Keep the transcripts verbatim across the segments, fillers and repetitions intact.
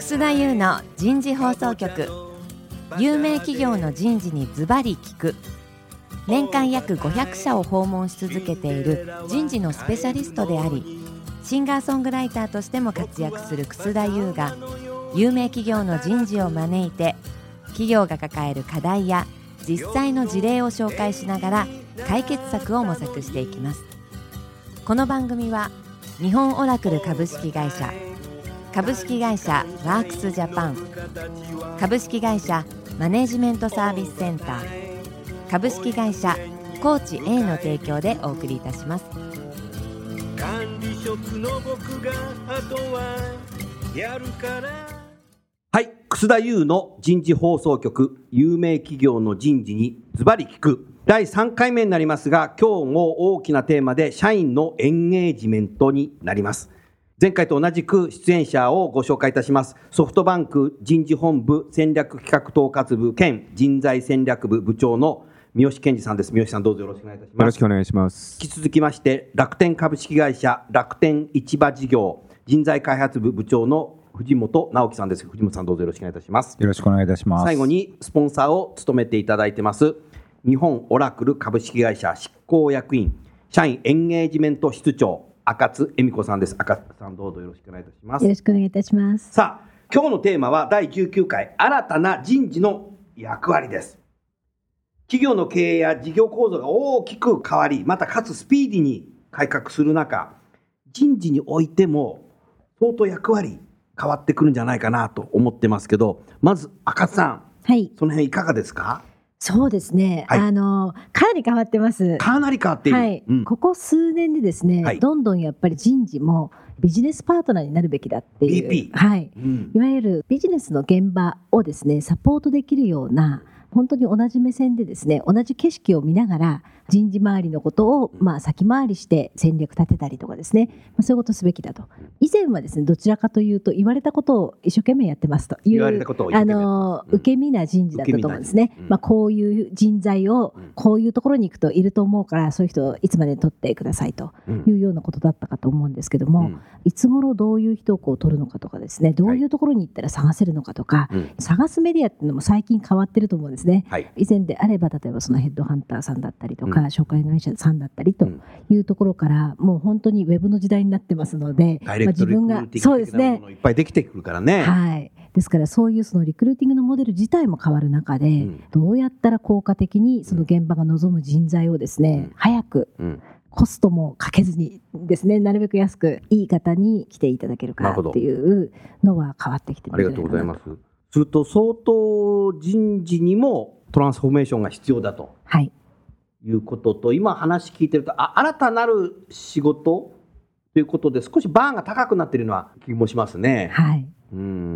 楠田優の人事放送局。有名企業の人事にズバリ聞く。年間約ごひゃくしゃを訪問し続けている人事のスペシャリストであり、シンガーソングライターとしても活躍する楠田優が、有名企業の人事を招いて企業が抱える課題や実際の事例を紹介しながら解決策を模索していきます。この番組は日本オラクル株式会社、株式会社ワークスジャパン、株式会社マネジメントサービスセンター、株式会社コーチ A の提供でお送りいたします。 管理職の僕があとはやるから。 はい、楠田優の人事放送局、有名企業の人事にズバリ聞くだいさんかいめになりますが、今日も大きなテーマで社員のエンゲージメントになります。前回と同じく出演者をご紹介いたします。ソフトバンク人事本部戦略企画統括部兼人材戦略部部長の三好健二さんです。三好さん、どうぞよろしくお願いいたします。 よろしくお願いします。 引き続きまして楽天株式会社楽天市場事業人材開発部部長の藤本直樹さんです。藤本さん、どうぞよろしくお願いいたします。 よろしくお願いいたします。 最後にスポンサーを務めていただいてます日本オラクル株式会社執行役員社員エンゲージメント室長赤津恵美子さんです。赤津さん、どうぞよろしくお願いいたします。 よろしくお願いいたします。 さあ、今日のテーマはだいじゅうきゅうかい新たな人事の役割です。企業の経営や事業構造が大きく変わり、またかつスピーディーに改革する中、人事においても相当役割変わってくるんじゃないかなと思ってますけど、まず赤津さん、 はい、 その辺いかがですか？ そうですね、はい、あのかなり変わってます。 かなり変わっている、 はいうん、 ここ数年でですね、はい、どんどんやっぱり人事もビジネスパートナーになるべきだっていう、 ビーピー、 はい、 うん、 いわゆるビジネスの現場をですねサポートできるような、本当に同じ目線でですね同じ景色を見ながら人事周りのことを、まあ、先回りして戦略立てたりとかですね、まあ、そういうことをすべきだと。以前はですねどちらかというと言われたことを一生懸命やってますというあの、うん、受け身な人事だったと思うんですね、うん、まあ、こういう人材をこういうところに行くといると思うから、そういう人をいつまでに取ってくださいというようなことだったかと思うんですけども、うん、いつ頃どういう人をこう取るのかとかですね、どういうところに行ったら探せるのかとか、はい、探すメディアっていうのも最近変わってると思うんですね、はい、以前であれば例えばそのヘッドハンターさんだったりとか、うん、紹介会社さんだったりというところから、もう本当にウェブの時代になってますので、 ダイレクトリクルーティング的なものいっぱいできてくるからね、 はい、ですからそういうそのリクルーティングのモデル自体も変わる中で、うん、どうやったら効果的にその現場が望む人材をですね、うん、早く、うん、コストもかけずにですね、なるべく安くいい方に来ていただけるかっていうのは変わってきてるんじゃないかなと。 ありがとうございます。すると相当人事にもトランスフォーメーションが必要だと、はい、いうことと、今話聞いてるとあ新たなる仕事ということで少しバーンが高くなっているような気もしますね。 はい、うん、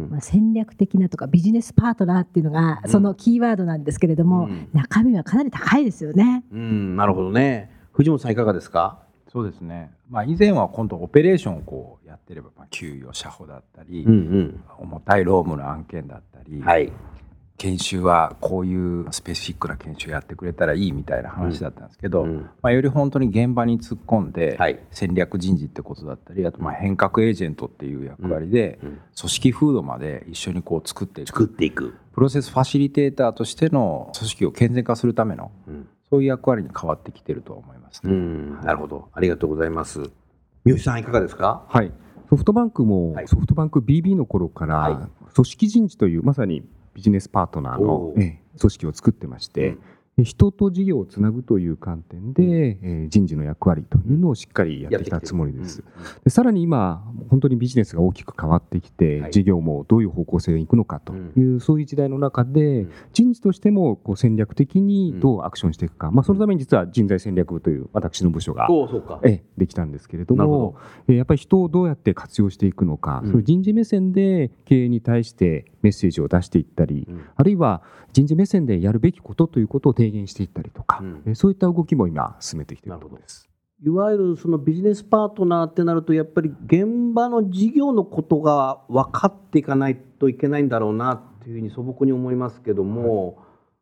まあ、戦略的なとかビジネスパートナーっていうのがそのキーワードなんですけれども、うん、中身はかなり高いですよね。 うん、なるほどね。藤本さん、いかがですか？ そうですね、まあ、以前は今度オペレーションをこうやってれば、まあ、給与社保だったり、うんうん、重たい労務の案件だったり、はい、研修はこういうスペシフィックな研修やってくれたらいいみたいな話だったんですけど、うんうん、まあ、より本当に現場に突っ込んで戦略人事ってことだったり、あとまあ変革エージェントっていう役割で組織風土まで一緒にこう作っていく、 作っていくプロセスファシリテーターとしての組織を健全化するための、うん、そういう役割に変わってきてると思いますね。 うん、なるほど、ありがとうございます。三好さん、いかがですか？ はい、ソフトバンクもソフトバンク ビービー の頃から組織人事というまさにビジネスパートナーの組織を作ってまして、うん、人と事業をつなぐという観点で、うん、えー、人事の役割というのをしっかりやってきたつもりです。でさらに今本当にビジネスが大きく変わってきて、はい、事業もどういう方向性に行くのかという、うん、そういう時代の中で、うん、人事としてもこう戦略的にどうアクションしていくか、うん、まあ、そのために実は人材戦略部という私の部署が、うん、そうか、えできたんですけれども、えー、やっぱり人をどうやって活用していくのか、うん、その人事目線で経営に対してメッセージを出していったり、うん、あるいは人事目線でやるべきことということを提言していったりとか、うん、そういった動きも今進めてきているところです。 いわゆるそのビジネスパートナーってなると、やっぱり現場の事業のことが分かっていかないといけないんだろうなっていうふうに素朴に思いますけども、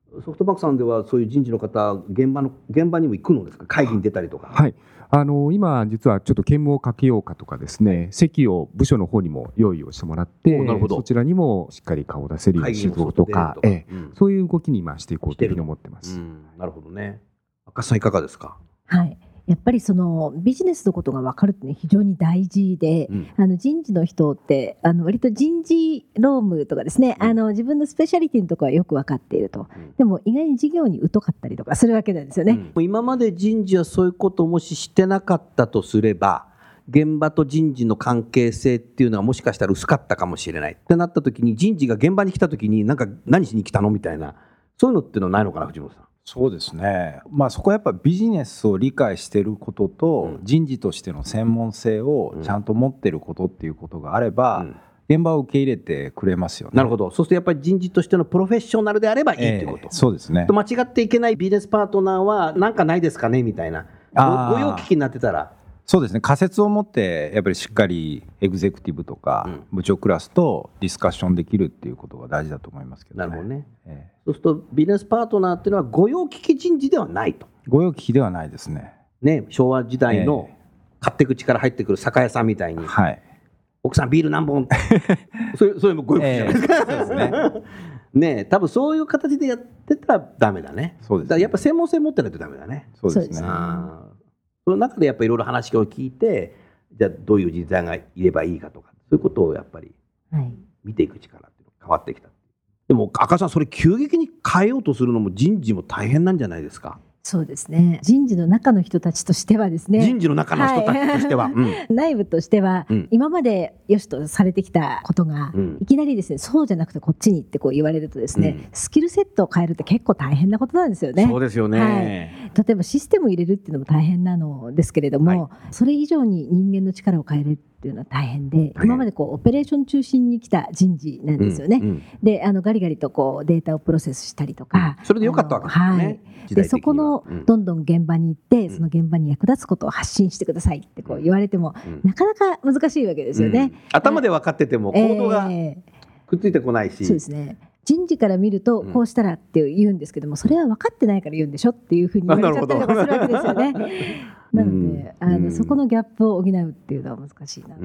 ソフトバンクさんではそういう人事の方、現場の現場にも行くのですか、会議に出たりとか。 はい、あの今、実はちょっと検務をかけようかとかですね、席を部署の方にも用意をしてもらって、そちらにもしっかり顔を出せるように仕事とか、ええうん、そういう動きに今していこうというふうに思ってます。うん、 なるほどね。赤さんいかがですか。 はい、やっぱりそのビジネスのことが分かるって、ね、非常に大事で、うん、あの人事の人ってあの割と人事労務とかですね、うん、あの自分のスペシャリティのところはよく分かっていると、うん、でも意外に事業に疎かったりとかするわけなんですよね、 うん、今まで人事はそういうことをもししてなかったとすれば、現場と人事の関係性っていうのはもしかしたら薄かったかもしれないってなった時に、人事が現場に来た時になんか何しに来たのみたいな、そういうのっていうのはないのかな、藤本さん。 そうですね、まあ、そこはやっぱビジネスを理解していることと、うん、人事としての専門性をちゃんと持っていることっていうことがあれば、うん、現場を受け入れてくれますよね。 なるほど。そうするとやっぱり人事としてのプロフェッショナルであればいいということ、えー、 そうですね。 と間違っていけないビジネスパートナーは何かないですかねみたいな、ごご用聞きになってたら。 そうですね、仮説を持ってやっぱりしっかりエグゼクティブとか部長クラスとディスカッションできるっていうことが大事だと思いますけどね。 なるほどね、ええ、そうするとビジネスパートナーっていうのは御用聞き人事ではないと。 御用聞きではないですね。 ね、昭和時代の勝手口から入ってくる酒屋さんみたいに、 はい、 奥さんビール何本それそれも御用聞きじゃないですか、えー、そうですねね、多分そういう形でやってたらダメだね。 そうですね。 だからやっぱ専門性持ってないとダメだね。 そうですね。 その中でやっぱりいろいろ話を聞いて、じゃあどういう人材がいればいいかとか、そういうことをやっぱり見ていく力っていうのが変わってきた。でも赤さん、それ急激に変えようとするのも人事も大変なんじゃないですか。 そうですね、人事の中の人たちとしてはですね、 人事の中の人たちとしては、はいうん、内部としては、うん、今まで良しとされてきたことが、うん、いきなりですね、そうじゃなくてこっちにってこう言われるとですね、うん、スキルセットを変えるって結構大変なことなんですよね。 そうですよね、 はい、例えばシステムを入れるっていうのも大変なのですけれども、はい、それ以上に人間の力を変えるっていうのは大変で、今までこうオペレーション中心に来た人事なんですよね、うんうん、であのガリガリとこうデータをプロセスしたりとか、 うん、それでよかったわけですよね、はい、 でそこのどんどん現場に行って、うん、その現場に役立つことを発信してくださいってこう言われても、うん、なかなか難しいわけですよね、うん、 頭で分かってても行動がくっついてこないし、えー、 そうですね、人事から見るとこうしたらって言うんですけども、それは分かってないから言うんでしょっていうふうに言われちゃったりとかするわけですよねなので、あのそこのギャップを補うっていうのは難しいなと、うん、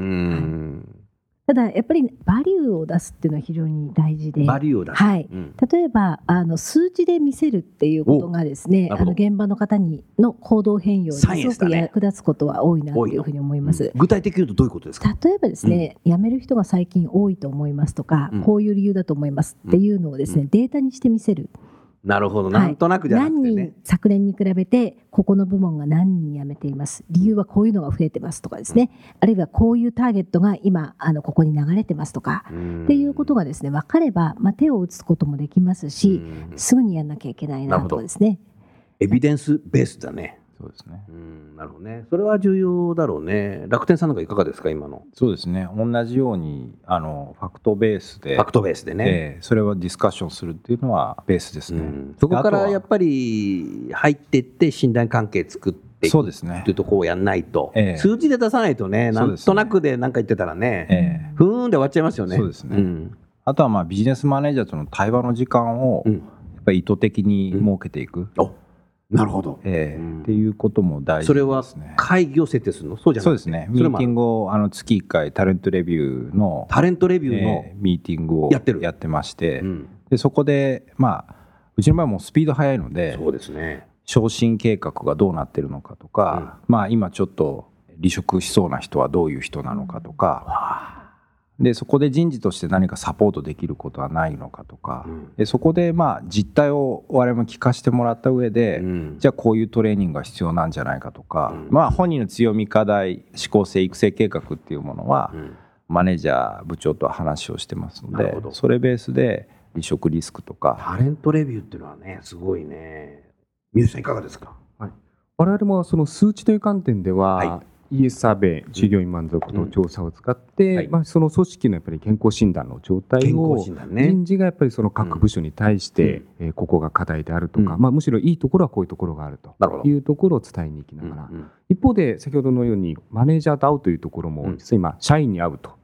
はい、ただやっぱりバリューを出すっていうのは非常に大事で、 バリューを出す、 はい、うん、例えばあの数字で見せるっていうことがですね、あの現場の方にの行動変容にすごく役立つことは多いなというふうに思います、 うん、具体的に言うとどういうことですか。 例えばですね、うん、辞める人が最近多いと思いますとか、うん、こういう理由だと思いますっていうのをですね、うん、データにして見せる。 なるほど、なんとなくじゃなくてね、 はい、何人昨年に比べてここの部門が何人辞めています、理由はこういうのが増えてますとかですね、うん、あるいはこういうターゲットが今あのここに流れてますとかっていうことがですね分かれば、まあ、手を打つこともできますし、すぐにやんなきゃいけないなとかですね、 エビデンスベースだね。 そうですね、 うん、なるほどね。それは重要だろうね。楽天さんなんかいかがですか、今の。 そうですね、同じようにあのファクトベースでファクトベースでね、 えー、それはディスカッションするっていうのはベースですね、うん、 そこからやっぱり入っていって信頼関係作っていくっていうところをやんないと、えー、数字で出さないとね、なんとなくで何か言ってたらね、えー、ふーんで終わっちゃいますよね。 そうですね、うん、あとはまあビジネスマネージャーとの対話の時間をやっぱり意図的に設けていく、 うん、なるほど、 えーうん、っていうことも大事ですね。 それは会議を設定するの？そうじゃなくて、 そうですね、ミーティングをあの月いっかいタレントレビューのタレントレビューの、 えー、ミーティングをやってるやってまして、うん、でそこでまあうちの場合はもうスピード速いので、 そうですね、 昇進計画がどうなってるのかとか、うん、まあ今ちょっと離職しそうな人はどういう人なのかとか、でそこで人事として何かサポートできることはないのかとか、うん、でそこでまあ実態を我々も聞かせてもらった上で、うん、じゃあこういうトレーニングが必要なんじゃないかとか、うん、まあ本人の強み課題指向性育成計画っていうものは、うん、マネージャー部長と話をしてますので、それベースで離職リスクとか。 タレントレビューっていうのはねすごいね。宮内さんいかがですか。 はい、我々もその数値という観点では、はい、イーエス サーベイ、従業員満足度調査を使って、うんはい、まあ、その組織のやっぱり健康診断の状態を、ね、人事がやっぱりその各部署に対して、うん、えー、ここが課題であるとか、うん、まあ、むしろいいところはこういうところがあるというところを伝えに行きながら、うんうん、一方で先ほどのようにマネージャーと会うというところも、うん、実は今社員に会うと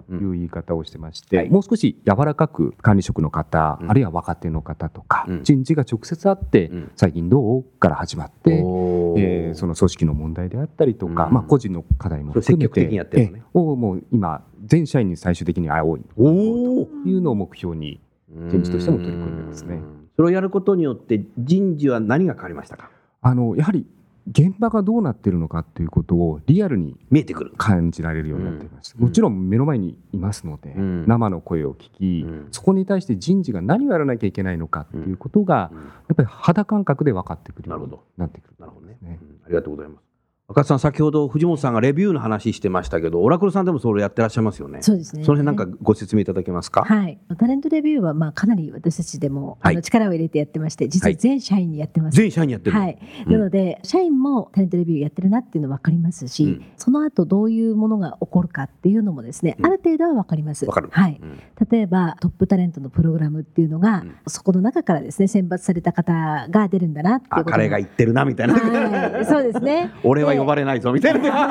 いう言い方をしてまして、はい、もう少し柔らかく管理職の方、うん、あるいは若手の方とか、うん、人事が直接会って、うん、最近どうから始まって、えー、その組織の問題であったりとか、うんまあ、個人の課題も含めて、 やってるのね、 をもう今全社員に最終的に会おうというのを目標に人事としても取り組んでますね。 それをやることによって人事は何が変わりましたか？ あのやはり現場がどうなっているのかということをリアルに見えてくる感じられるようになっています、うん、もちろん目の前にいますので、うん、生の声を聞き、うん、そこに対して人事が何をやらなきゃいけないのかということが、うん、やっぱり肌感覚で分かってくるようになってくる。 なるほどね、うん、ありがとうございます。赤津さん、先ほど藤本さんがレビューの話してましたけど、オラクルさんでもそれやってらっしゃいますよね。 そうですね。 その辺なんかご説明いただけますか？ はい、タレントレビューはまあかなり私たちでも、はい、あの力を入れてやってまして、実は全社員にやってます、 はい、全社員にやってる、 はい、うん、なので社員もタレントレビューやってるなっていうの分かりますし、うん、その後どういうものが起こるかっていうのもですね、うん、ある程度は分かります。 分かる、 はい、うん、例えばトップタレントのプログラムっていうのが、うん、そこの中からですね選抜された方が出るんだなっていうこと。 あ、彼が言ってるなみたいな、 はい、そうですね俺は呼ばれないぞみたいなで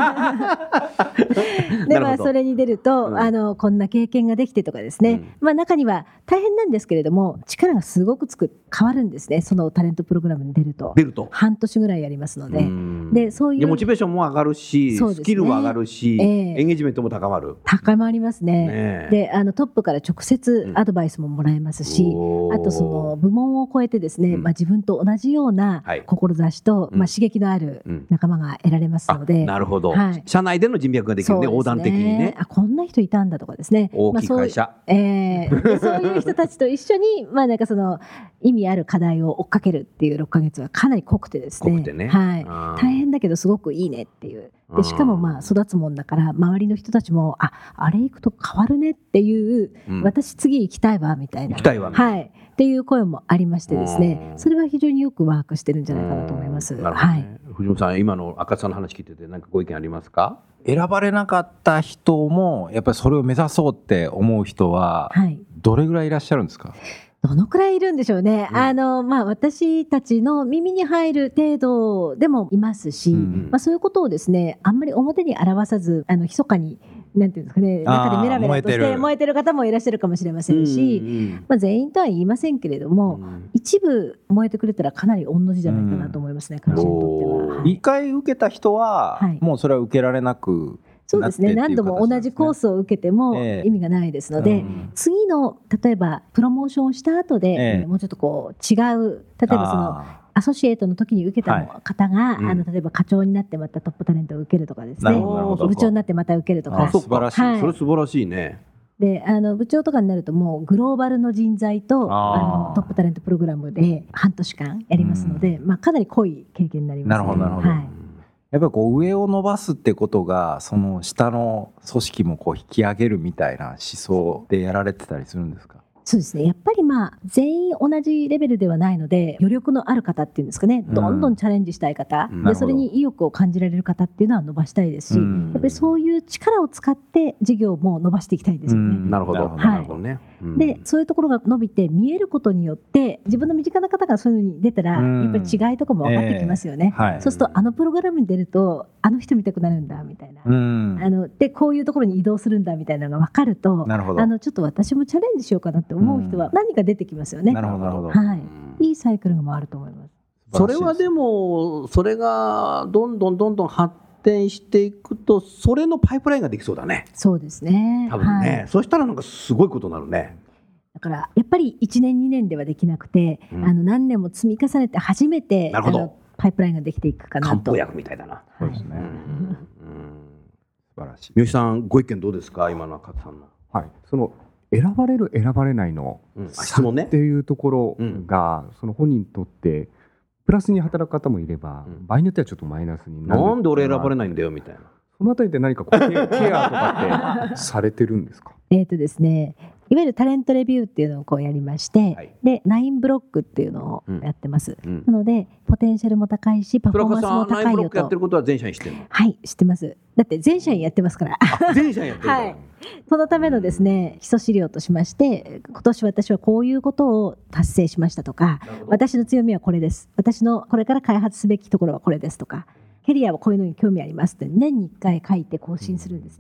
まあそれに出ると、うん、あのこんな経験ができてとかですね、うん、まあ中には大変なんですけれども力がすごくつく変わるんですね。そのタレントプログラムに出ると出ると半年ぐらいやりますので、でそういうモチベーションも上がるし、ね、スキルも上がるし、えー、エンゲージメントも高まる高まりますね。ねであのトップから直接アドバイスももらえますし、うん、あとその部門を超えてですね、うん、まあ、自分と同じような志と、はい、まあ、刺激のある仲間が得られますので、 うん、なるほど、はい、社内での人脈ができるね、横断的にね。 あ、こんな人いたんだとかですね、 大きい会社、 まあ、そう、えー、そういう人たちと一緒にまあなんかその意味ある課題を追っかけるっていうろっかげつはかなり濃くてですね、 濃くてね、 はい、大変だけどすごくいいねっていう。でしかもまあ育つもんだから周りの人たちもああれ行くと変わるねっていう、うん、私次行きたいわみたいな、 行きたいわみたいな、 はい、っていう声もありましてですね、それは非常によくワークしてるんじゃないかなと思います。 なるほどね、はい、藤本さん、今の赤津さんの話聞いてて何かご意見ありますか？ 選ばれなかった人もやっぱりそれを目指そうって思う人はどれぐらいいらっしゃるんですか？ どのくらいいるんでしょうね、うん、あのまあ、私たちの耳に入る程度でもいますし、うん、まあ、そういうことをですねあんまり表に表さずあの密かになんていうんですかね、中でメラメラとして燃えてる方もいらっしゃるかもしれませんし、うんうん、まあ、全員とは言いませんけれども、うん、一部燃えてくれたらかなり御の字じゃないかなと思いますね、会社にとっては。 いっかい受けた人は、はい、もうそれは受けられなく、 そうですね、何度も同じコースを受けても意味がないですので、えーうん、次の例えばプロモーションをした後で、えー、もうちょっとこう違う、例えばそのアソシエイトの時に受けた方が、はい、あの例えば課長になってまたトップタレントを受けるとかですね、部長になってまた受けるとか、 素晴らしい、はい、それ素晴らしいね。 であの部長とかになるともうグローバルの人材とあのトップタレントプログラムで半年間やりますので、うん、まあ、かなり濃い経験になります、ね、 なるほどなるほど、はい、やっぱりこう上を伸ばすってことがその下の組織もこう引き上げるみたいな思想でやられてたりするんですか？ そうですね、やっぱりまあ全員同じレベルではないので余力のある方っていうんですかね、どんどんチャレンジしたい方、うん、でそれに意欲を感じられる方っていうのは伸ばしたいですし、うん、やっぱりそういう力を使って事業も伸ばしていきたいですよね、うん、 なるほど、なるほどね、 うん、でそういうところが伸びて見えることによって自分の身近な方がそういうのに出たら、うん、やっぱり違いとかも分かってきますよね、えーはい、そうするとあのプログラムに出るとあの人見たくなるんだみたいな、うん、あのでこういうところに移動するんだみたいなのが分かると、なるほど、あのちょっと私もチャレンジしようかなって思う人は何か出てきますよね。 なるほどなるほど、 はい、いいサイクルが回ると思います。 それはでもそれがどんどんどんどん発展していくとそれのパイプラインができそうだね。 そうですね、 多分ね、はい、そしたらなんかすごいことになるね。 だからやっぱりいちねんにねんではできなくて、うん、あの何年も積み重ねて初めてあのパイプラインができていくかなと。 漢方薬みたいだな。 そうですね、うんうん、素晴らしい。 三好さんご意見どうですか、今の赤津さんの。 はい、その選ばれる選ばれないの差っていうところが、その本人にとってプラスに働く方もいれば、場合によってはちょっとマイナスになる。 なんで俺選ばれないんだよみたいな。 そのあたりで何かこうケアとかってされてるんですか？ えーとですね、いわゆるタレントレビューっていうのをこうやりまして、はい、でナインブロックっていうのをやってます、うん、なのでポテンシャルも高いしパフォーマンスも高いよと。 ナインブロックやってることは全社員知ってるの？ はい、知ってます。だって全社員やってますから。 全社員やってるから、はい、 そのためのですね基礎資料としまして、今年私はこういうことを達成しましたとか、私の強みはこれです、私のこれから開発すべきところはこれですとか、キャリアはこういうのに興味ありますって年にいっかい書いて更新するんですね。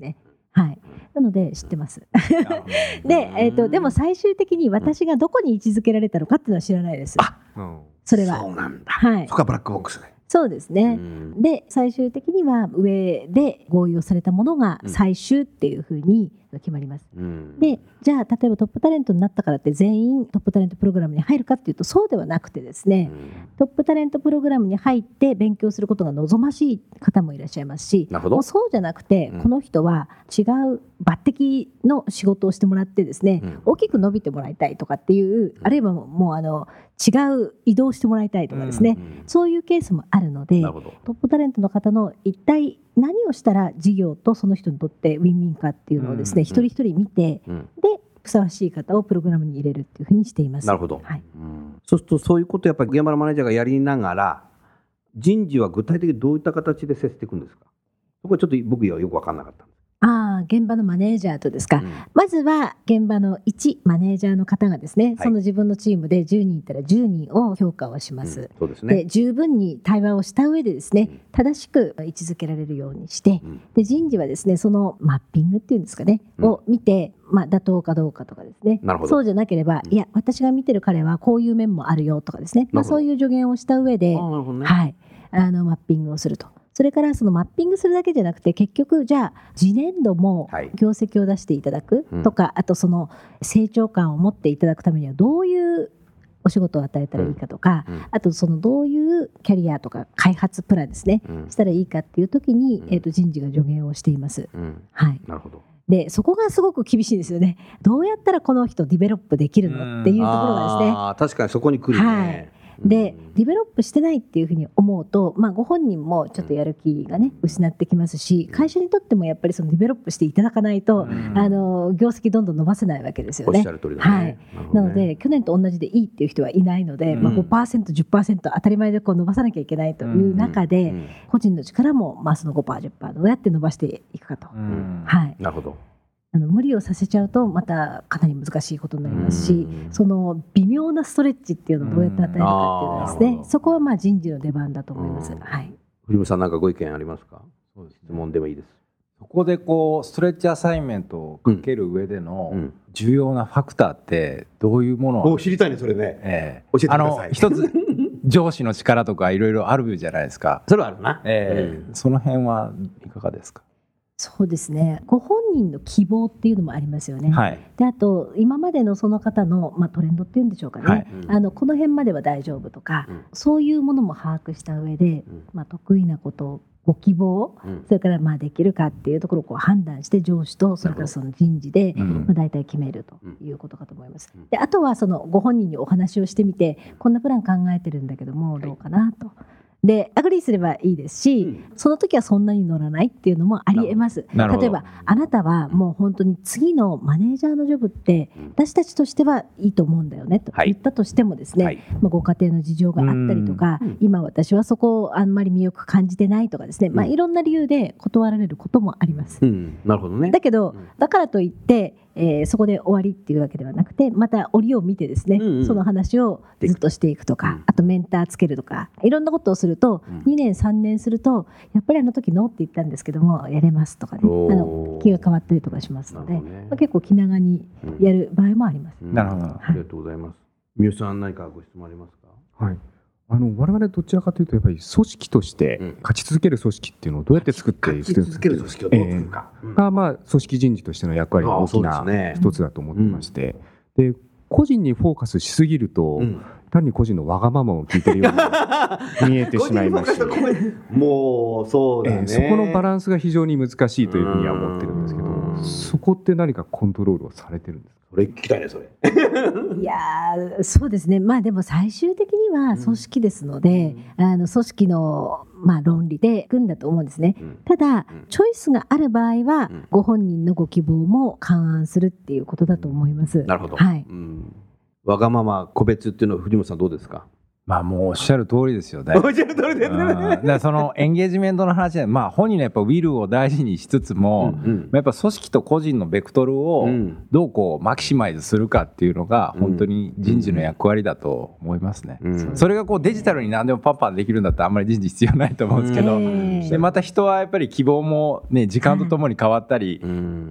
はい、なので知ってますで、えーと、でも最終的に私がどこに位置づけられたのかっていうのは知らないです。 あ、 それはそうなんだ、 はい、 そこはブラックボックスね。 そうですね。で最終的には上で合意をされたものが最終っていうふうに決まります、うん、でじゃあ例えばトップタレントになったからって全員トップタレントプログラムに入るかっていうとそうではなくてですね、うん、トップタレントプログラムに入って勉強することが望ましい方もいらっしゃいますし、もうそうじゃなくて、うん、この人は違う抜擢の仕事をしてもらってですね、うん、大きく伸びてもらいたいとかっていう、うん、あるいはもうあの違う移動してもらいたいとかですね、うんうん、そういうケースもあるので、トップタレントの方の一体何をしたら事業とその人にとってウィンウィンかっていうのをですね、うんうん、一人一人見て、うん、でふさわしい方をプログラムに入れるっていうふうにしています。 なるほど、 はい、 うん、そうするとそういうことをやっぱり現場のマネージャーがやりながら人事は具体的にどういった形で接していくんですか？そこはちょっと僕はよく分からなかったんです。 あ現場のマネージャーとですか、うん、まずは現場の一マネージャーの方がですね、はい、その自分のチームでじゅうにんいたらじゅうにんを評価をします、うん、そうですね、で十分に対話をした上でですね、うん、正しく位置づけられるようにして、うん、で人事はですねそのマッピングっていうんですかね、うん、を見て、まあ、妥当かどうかとかですね、そうじゃなければ、うん、いや私が見てる彼はこういう面もあるよとかですね、まあ、そういう助言をした上で、ね、はい、あのマッピングをすると。それからそのマッピングするだけじゃなくて結局じゃあ次年度も業績を出していただくとか、はい、あとその成長感を持っていただくためにはどういうお仕事を与えたらいいかとか、うん、あとそのどういうキャリアとか開発プランですね、うん、したらいいかっていう時に、うん、えーと人事が助言をしています、うん、はい、 なるほど。 でそこがすごく厳しいんですよね。どうやったらこの人ディベロップできるのっていうところがですね、 あ確かにそこに来るね、はい、 でディベロップしてないっていうふうに思うと、まあ、ご本人もちょっとやる気がね失ってきますし、会社にとってもやっぱりそのディベロップしていただかないと、うん、あの業績どんどん伸ばせないわけですよね。 おっしゃる通りだね。 はい、なので去年と同じでいいっていう人はいないので、うんまあ、ごパーセント、じゅっパーセント 当たり前でこう伸ばさなきゃいけないという中で、うんうん、個人の力もまあその ごパーセント、じゅっパーセント どうやって伸ばしていくかと、うんはい、 なるほど。 あの無理をさせちゃうとまたかなり難しいことになりますし、その微妙なストレッチっていうのをどうやって与えるかっていうのはですね、そこはまあ人事の出番だと思います、はい、 藤本さん何かご意見ありますか？そうですね、質問でもいいです。 そこでこうストレッチアサインメントをかける上での重要なファクターってどういうもの？ 知りたいねそれね、 えー、教えてください。 あの一つ上司の力とかいろいろあるじゃないですか。 それはあるな、 えーうん、その辺はいかがですか？ そうですね、ご本人の希望っていうのもありますよね、はい、であと今までのその方の、まあ、トレンドっていうんでしょうかね、はいうん、あのこの辺までは大丈夫とか、うん、そういうものも把握した上で、うんまあ、得意なことご希望、うん、それからまあできるかっていうところをこう判断して上司とそれからその人事で、まあ、大体決めるということかと思います、うん、であとはそのご本人にお話をしてみてこんなプラン考えてるんだけどもどうかなと、はいでアグリーすればいいですし、うん、その時はそんなに乗らないっていうのもありえます。例えばあなたはもう本当に次のマネージャーのジョブって私たちとしてはいいと思うんだよねと言ったとしてもですね、はいまあ、ご家庭の事情があったりとか、今私はそこをあんまり魅力感じてないとかですね、まあ、いろんな理由で断られることもあります、 うん、なるほどね。 だけどだからといってえー、そこで終わりっていうわけではなくてまた折を見てですね、うんうん、その話をずっとしていくとか、うん、あとメンターつけるとかいろんなことをすると、うん、にねんさんねんするとやっぱりあの時ノーって言ったんですけどもやれますとかねあの気が変わったりとかしますので、ねまあ、結構気長にやる場合もあります、 うん、なるほど、はい、ありがとうございます。三好さん何かご質問ありますか？ はい、あの我々どちらかというとやっぱり組織として勝ち続ける組織っていうのをどうやって作っていくか、 勝ち続ける組織をどう作るか、えーうん、がまあ組織人事としての役割が大きな一つだと思ってまして、うん、で個人にフォーカスしすぎると、うん、単に個人のわがままを聞いてるように見えてしまいますしもうそうだね、えー、 そこのバランスが非常に難しいというふうには思ってるんですけど、そこって何かコントロールをされてるんですか？ それ聞きたいねそれいやそうですね、まあでも最終的には組織ですので、うん、あの組織のまあ論理でいくんだと思うんですね、うん、ただ、うん、チョイスがある場合は、うん、ご本人のご希望も勘案するっていうことだと思います。 なるほど、 はいうん、わがまま個別っていうのは藤本さんどうですか？ まあもうおっしゃる通りですよね。 おっしゃる通りですね。 うん、だからそのエンゲージメントの話で、まあ本人のやっぱウィルを大事にしつつも、うんうん、やっぱ組織と個人のベクトルをどうこうマキシマイズするかっていうのが本当に人事の役割だと思いますね。うんうん、それがこうデジタルに何でもパンパンできるんだったらあんまり人事必要ないと思うんですけど、うん、でまた人はやっぱり希望もね時間とともに変わったり、うん、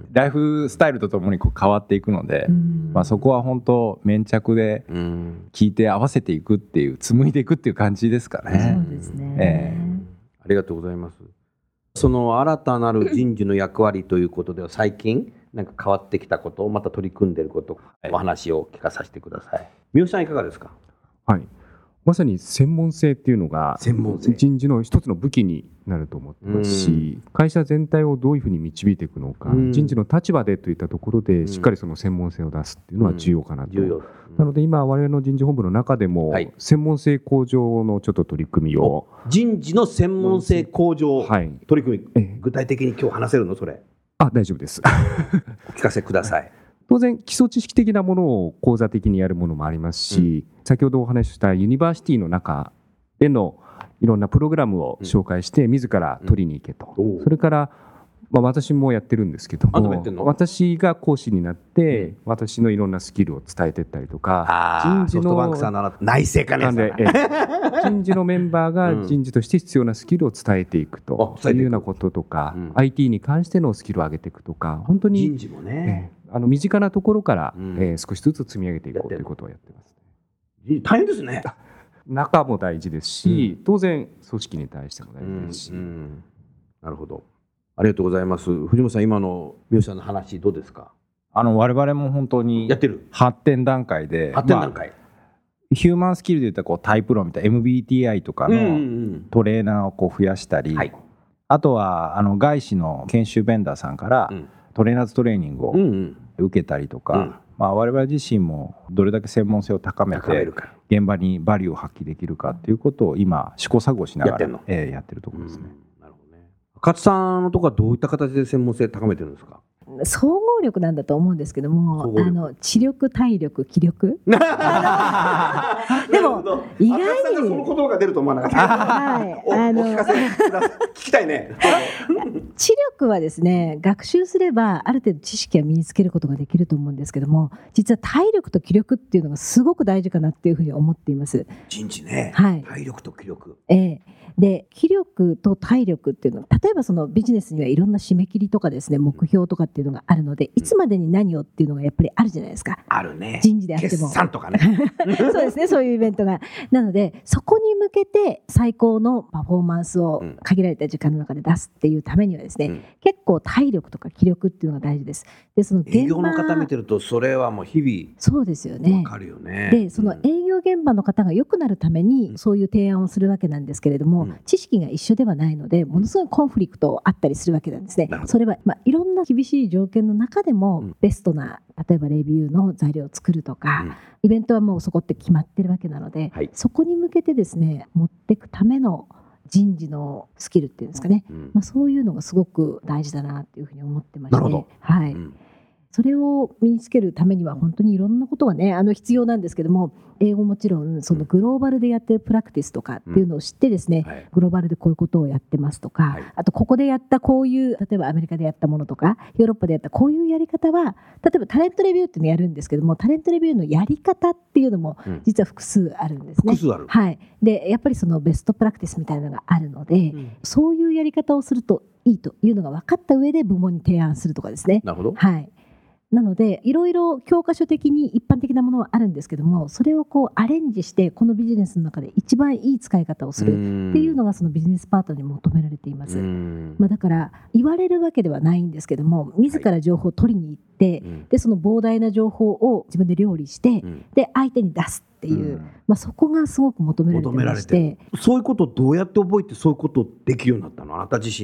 ライフスタイルとともにこう変わっていくので、うん、まあそこは本当粘着で聞いて合わせていくっていう紡いでいくっていう感じですかね。 そうですね、 えー、ありがとうございます。その新たなる人事の役割ということでは最近なんか変わってきたことをまた取り組んでいること、はい、お話を聞かさせてください。三好さんいかがですか？ はい、まさに専門性っていうのが人事の一つの武器になると思ってますし、会社全体をどういうふうに導いていくのか、人事の立場でといったところでしっかりその専門性を出すっていうのは重要かなと。なので今我々の人事本部の中でも専門性向上のちょっと取り組みを、 人事の専門性向上取り組み、具体的に今日話せるの？それあ、大丈夫ですお聞かせください。 当然基礎知識的なものを講座的にやるものもありますし、うん、先ほどお話ししたユニバーシティの中でのいろんなプログラムを紹介して自ら取りに行けと、うん、それから、まあ、私もやってるんですけども、私が講師になって、うん、私のいろんなスキルを伝えていったりとか、 人事の内政かね人事のメンバーが人事として必要なスキルを伝えていくというようなこととか、うん、アイティー に関してのスキルを上げていくとか、本当に人事もね、 えー、あの身近なところから、うんえー、少しずつ積み上げていこうということをやってます。 大変ですね。 中も大事ですし、うん、当然組織に対しても大事ですし、うんうん、 なるほど、ありがとうございます。藤本さん、今の三好さんの話どうですか？ あの我々も本当にやってる発展段階で、 発展段階、まあ、ヒューマンスキルでいったらこうタイプ論みたいな エムビーティーアイ とかのトレーナーをこう増やしたり、うんうんうん、あとはあの外資の研修ベンダーさんから、うん、トレーナーズトレーニングを受けたりとか、うんうんまあ、我々自身もどれだけ専門性を高めて現場にバリューを発揮できるかということを今試行錯誤しながら やって、えー、やってるところですね。 なるほどね。勝さんのところはどういった形で専門性高めてるんですか？ 総合力なんだと思うんですけども、あの知力、体力、気力でも意外にその言葉が出ると思わなかった。はい、あの聞きたいね。 知力はですね、学習すればある程度知識は身につけることができると思うんですけども、実は体力と気力っていうのがすごく大事かなっていうふうに思っています。 人事ね、 はい、 体力と気力、 ええで気力と体力っていうのは、例えばそのビジネスにはいろんな締め切りとかですね、目標とかっていうのがあるので、いつまでに何をっていうのがやっぱりあるじゃないですか。 あるね。 人事であっても決算とかねそうですね、そういうイベントが。なのでそこに向けて最高のパフォーマンスを限られた時間の中で出すっていうためにはですね、うん、結構体力とか気力っていうのが大事です。でその現場営業の方見てるとそれはもう日々 そうですよね。 わかるよね。 でその営業現場の方が良くなるためにそういう提案をするわけなんですけれども、うん、知識が一緒ではないのでものすごいコンフリクトあったりするわけなんですね。それは、まあ、いろんな厳しい条件の中でも、うん、ベストな例えばレビューの材料を作るとか、うん、イベントはもうそこって決まってるわけなので、はい、そこに向けてですね持っていくための人事のスキルっていうんですかね、うんまあ、そういうのがすごく大事だなっていうふうに思ってまして、 なるほど、 はいうんそれを身につけるためには本当にいろんなことがねあの必要なんですけども、英語もちろんそのグローバルでやってるプラクティスとかっていうのを知ってですね、うんはい、グローバルでこういうことをやってますとか、はい、あとここでやったこういう例えばアメリカでやったものとかヨーロッパでやったこういうやり方は、例えばタレントレビューっていうのをやるんですけども、タレントレビューのやり方っていうのも実は複数あるんですね、 うん、複数ある、 はい、でやっぱりそのベストプラクティスみたいなのがあるので、うん、そういうやり方をするといいというのが分かった上で部門に提案するとかですね。 なるほど、 はいなのでいろいろ教科書的に一般的なものはあるんですけども、それをこうアレンジしてこのビジネスの中で一番いい使い方をするっていうのがそのビジネスパートナーに求められています。まあ、だから言われるわけではないんですけども、自ら情報を取りに行って、はい、でその膨大な情報を自分で料理して、うん、で相手に出すっていう、まあ、そこがすごく求められてまして、 そういうことをどうやって覚えてそういうことできるようになったの？あなた自身の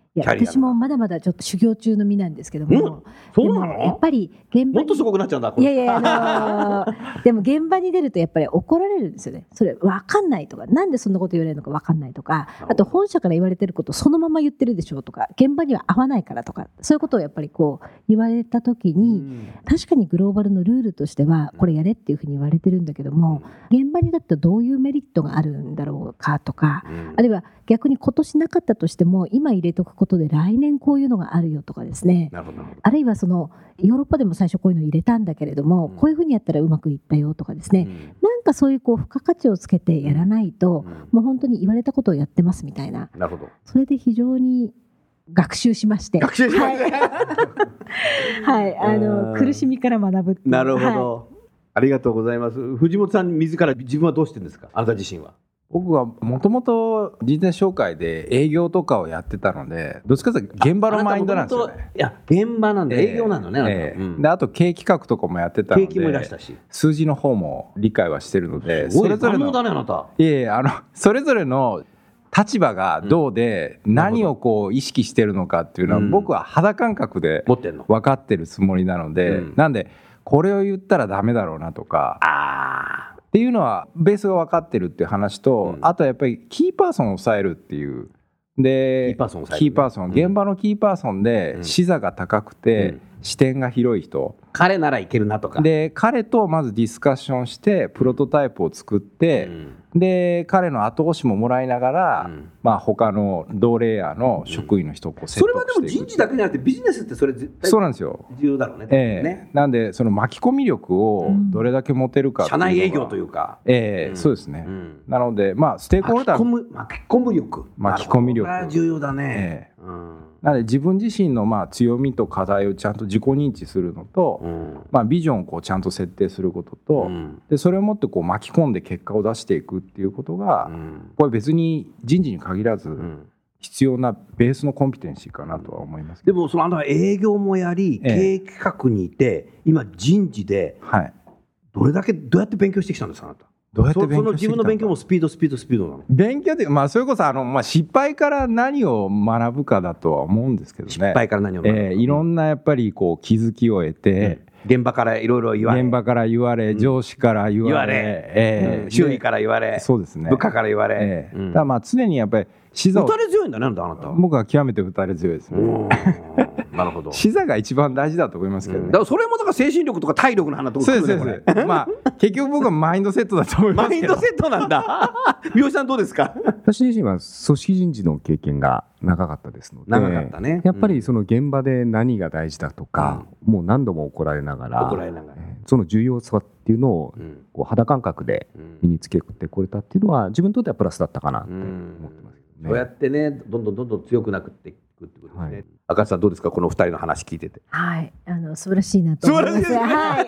いや私もまだまだちょっと修行中の身なんですけども、うん、 そうなの？ でもやっぱり現場にもっとすごくなっちゃうんだ。 いやいや、あのー、でも現場に出るとやっぱり怒られるんですよね。それ分かんないとか、なんでそんなこと言われるのか分かんないとか、あと本社から言われてることそのまま言ってるでしょとか、現場には合わないからとか、そういうことをやっぱりこう言われた時に、うん、確かにグローバルのルールとしてはこれやれっていうふうに言われてるんだけども、現場にだったらどういうメリットがあるんだろうかとか、うん、あるいは逆に今年なかったとしても今入れとくことで来年こういうのがあるよとかですね。 なるほど。あるいはそのヨーロッパでも最初こういうの入れたんだけれども、うん、こういうふうにやったらうまくいったよとかですね、うん、なんかそういうこう付加価値をつけてやらないと、うん、もう本当に言われたことをやってますみたいな。 なるほど。 それで非常に学習しまして、 学習しまして、 はい、あの苦しみから学ぶっていう。 なるほど、はい、ありがとうございます。藤本さん自ら自分はどうしてるんですか？あなた自身は。 僕はもともと人材紹介で営業とかをやってたので、どっちかというと現場のマインドなんですよね。 いや現場なんで営業なのね、 えーえーうん、であと経営企画とかもやってたので、 経営もいらしたし数字の方も理解はしてるので、 それぞれのだねあなた。 いやいや、あのそれぞれの立場がどうで何をこう意識してるのかっていうのは僕は肌感覚で分かってるつもりなので、なんでこれを言ったらダメだろうなとか、 あっていうのはベースが分かってるっていう話と、あとやっぱりキーパーソンを抑えるっていうで、 キーパーソンを抑える、 キーパーソン、現場のキーパーソンで視座が高くて視点が広い人、 彼ならいけるなとかで、彼とまずディスカッションしてプロトタイプを作って、うん、で彼の後押しももらいながら、うん、まあ他の同レイヤーの職員の人をこう説得していく、 それはでも人事だけじゃなくてビジネスってそれ絶対そうなんですよ、 重要だろうね。 えー、 ね、 なんでその巻き込み力をどれだけ持てるかっていうのは、 社内営業というか、 えーうん、そうですね、うん、なのでまあステークホルダー巻き込む力巻き込み力これは重要だね、 えーうん、なので自分自身のまあ強みと課題をちゃんと自己認知するのと、うんまあ、ビジョンをこうちゃんと設定することと、うん、でそれをもってこう巻き込んで結果を出していくっていうことが、うん、これ別に人事に限らず必要なベースのコンピテンシーかなとは思います、 うん、でもそのあの営業もやり、ええ、経営企画にいて今人事でどれだけどうやって勉強してきたんですか？あなたどうやって勉強してきたんだ？ その自分の勉強もスピードスピードスピードなの？ 勉強って、まあ、それこそあの、まあ、失敗から何を学ぶかだとは思うんですけどね。 失敗から何を学ぶか、 えー、いろんなやっぱりこう気づきを得て、 うん、現場からいろいろ言われ、 現場から言われ、上司から言われ、 言われ、えー、周囲から言われ、 そうですね、 部下から言われ、 えーうん、ただまあ常にやっぱり視座を打たれ強いんだね、あなた。 僕は極めて打たれ強いですね。 なるほど。 視座が一番大事だと思いますけどね、うん、 だからそれもだから精神力とか体力の話とかそうですそうですまあ結局僕はマインドセットだと思いますけど。 マインドセットなんだ三好さんどうですか？ 私自身は組織人事の経験が長かったですので、 長かったね、 やっぱりその現場で何が大事だとか、うん、もう何度も怒られながら、 怒られながらその重要さっていうのをこう肌感覚で身につけてこれたっていうのは自分にとってはプラスだったかなと思ってます。 そうやってね、どんどんどんどん強くなくっていくってことですね。赤津さんどうですか、このふたりの話聞いてて。 はい、あの素晴らしいなと思います。はい。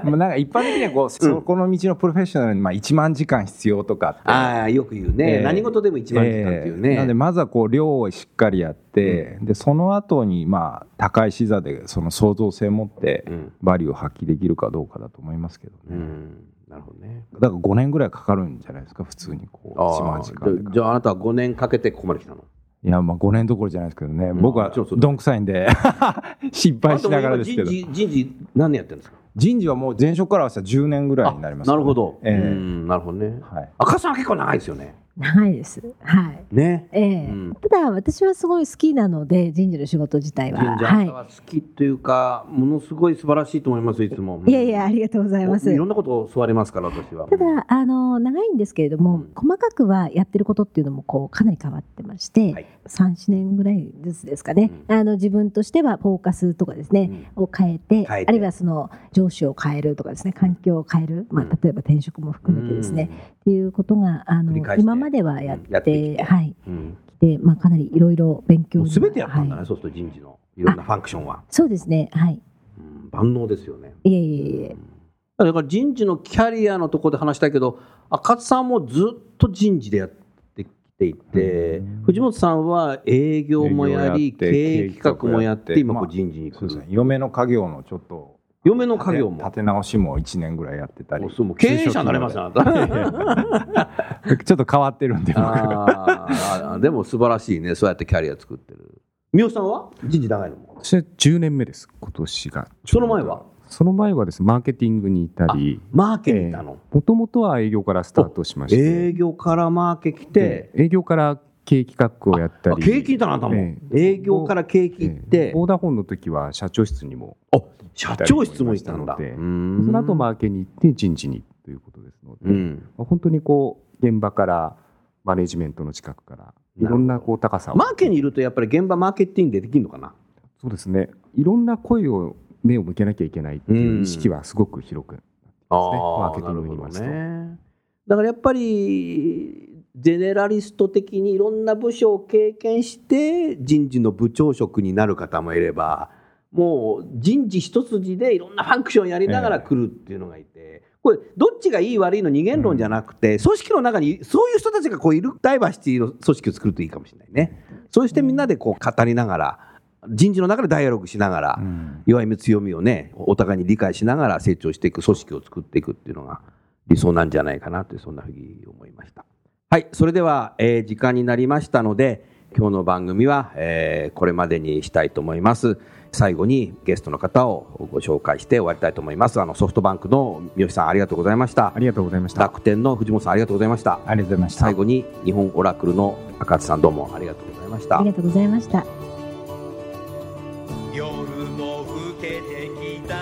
なんか一般的にはこう、うん、そこの道のプロフェッショナルにまあいちまんじかん必要とかって、 ああよく言うね、えー、何事でもいちまんじかんっていうね。 えー、なのでまずはこう量をしっかりやって、うん、でその後にまあ高い視座でその創造性を持ってバリューを発揮できるかどうかだと思いますけどね。うん、 なるほどね。 だからごねんぐらいかかるんじゃないですか、普通にこういちまんじかんで。 じゃああなたはごねんかけてここまで来たの？ いやまあごねんどころじゃないですけどね、うん、僕はどんくさいんで失敗しながらですけど。 人事、人事何年やってるんですか？ 人事はもう前職から合わせたらじゅうねんぐらいになります、ね、 なるほど、 えー、 うんなるほどね、 はい、 赤さんは結構長いですよね。 長いです。はい。 ね。 ええーうん、ただ私はすごい好きなので人事の仕事自体は。 人事あなたは好きというか、はい、ものすごい素晴らしいと思いますいつも。 いやいやありがとうございます。 いろんなことを教わりますから私は。 ただあの長いんですけれども、うん、細かくはやってることっていうのもこうかなり変わってまして、はい、さん、よねんぐらいずつですかね、うん、あの自分としてはフォーカスとかですね、うん、を変えて、変えてあるいはその上司を変えるとかですね、環境を変える、まあ、例えば転職も含めてですね、うん、っていうことがあの今まではやって、うんではい、うん、でまあ、かなりいろいろ勉強すべてやったんだね、はい、そうすると人事のいろんなファンクションは。 そうですね、はい、 うん、万能ですよね。 いえいえいえ、 うん、だから人事のキャリアのところで話したいけど、赤津さんもずっと人事でやってきていて、うん、藤本さんは営業もやり経営企画もやって今こう人事に来る、 まあ、嫁の家業のちょっと嫁の家業も立て直しもいちねんぐらいやってたり。 そうもう経営者になれますね。 ちょっと変わってるんで僕あでも素晴らしいね、そうやってキャリア作ってる。三好さんは人事長いのも？ 私はじゅうねんめです、今年が。 その前はその前はですね、マーケティングにいたり。 マーケにいたの？ もともとは営業からスタートしまして、 営業からマーケ来て、 営業から経営企画をやったり。 経営聞いたな、あんたも、えー、営業から経営行って、 ボーダフォンの時は社長室にもあ社長室もいたので、 その後マーケに行って人事にということですので、うん、本当にこう現場からマネジメントの近くからいろんなこう高さを。 マーケにいるとやっぱり現場マーケティングでできるのかな？ そうですね、いろんな声を目を向けなきゃいけないっていう意識はすごく広くなってますね、マーケティングにいますと。 ね、だからやっぱりゼネラリスト的にいろんな部署を経験して人事の部長職になる方もいれば、もう人事一筋でいろんなファンクションやりながら来るっていうのがいて、これどっちがいい悪いの二元論じゃなくて、組織の中にそういう人たちがこういるダイバーシティの組織を作るといいかもしれないね。そうしてみんなでこう語りながら、人事の中でダイアログしながら、弱み強みをねお互いに理解しながら成長していく組織を作っていくっていうのが理想なんじゃないかなという、そんなふうに思いました。はい、それでは、えー、時間になりましたので今日の番組は、えー、これまでにしたいと思います。最後にゲストの方をご紹介して終わりたいと思います。あのソフトバンクの三好さんありがとうございました。 ありがとうございました。 楽天の藤本さんありがとうございました。 ありがとうございました。 最後に日本オラクルの赤津さんどうもありがとうございました。 ありがとうございました。 夜も更けてきた。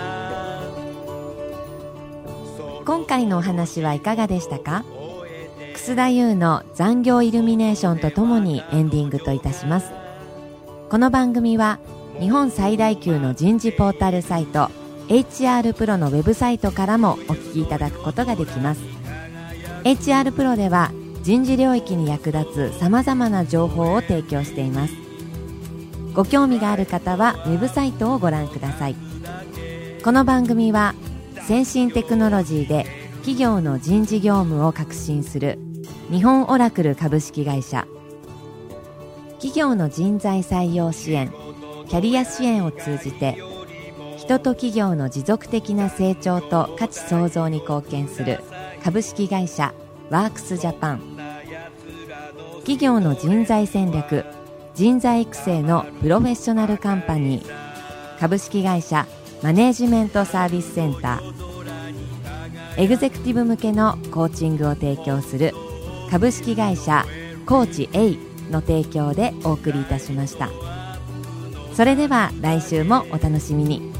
今回のお話はいかがでしたか？楠田優の残業イルミネーションとともにエンディングといたします。この番組は日本最大級の人事ポータルサイト エイチアール プロのウェブサイトからもお聞きいただくことができます。 エイチアール プロでは人事領域に役立つさまざまな情報を提供しています。ご興味がある方はウェブサイトをご覧ください。この番組は先進テクノロジーで企業の人事業務を革新する日本オラクル株式会社、企業の人材採用支援、キャリア支援を通じて人と企業の持続的な成長と価値創造に貢献する株式会社ワークスジャパン、企業の人材戦略、人材育成のプロフェッショナルカンパニー株式会社マネージメントサービスセンター、エグゼクティブ向けのコーチングを提供する株式会社コーチ A の提供でお送りいたしました。それでは来週もお楽しみに。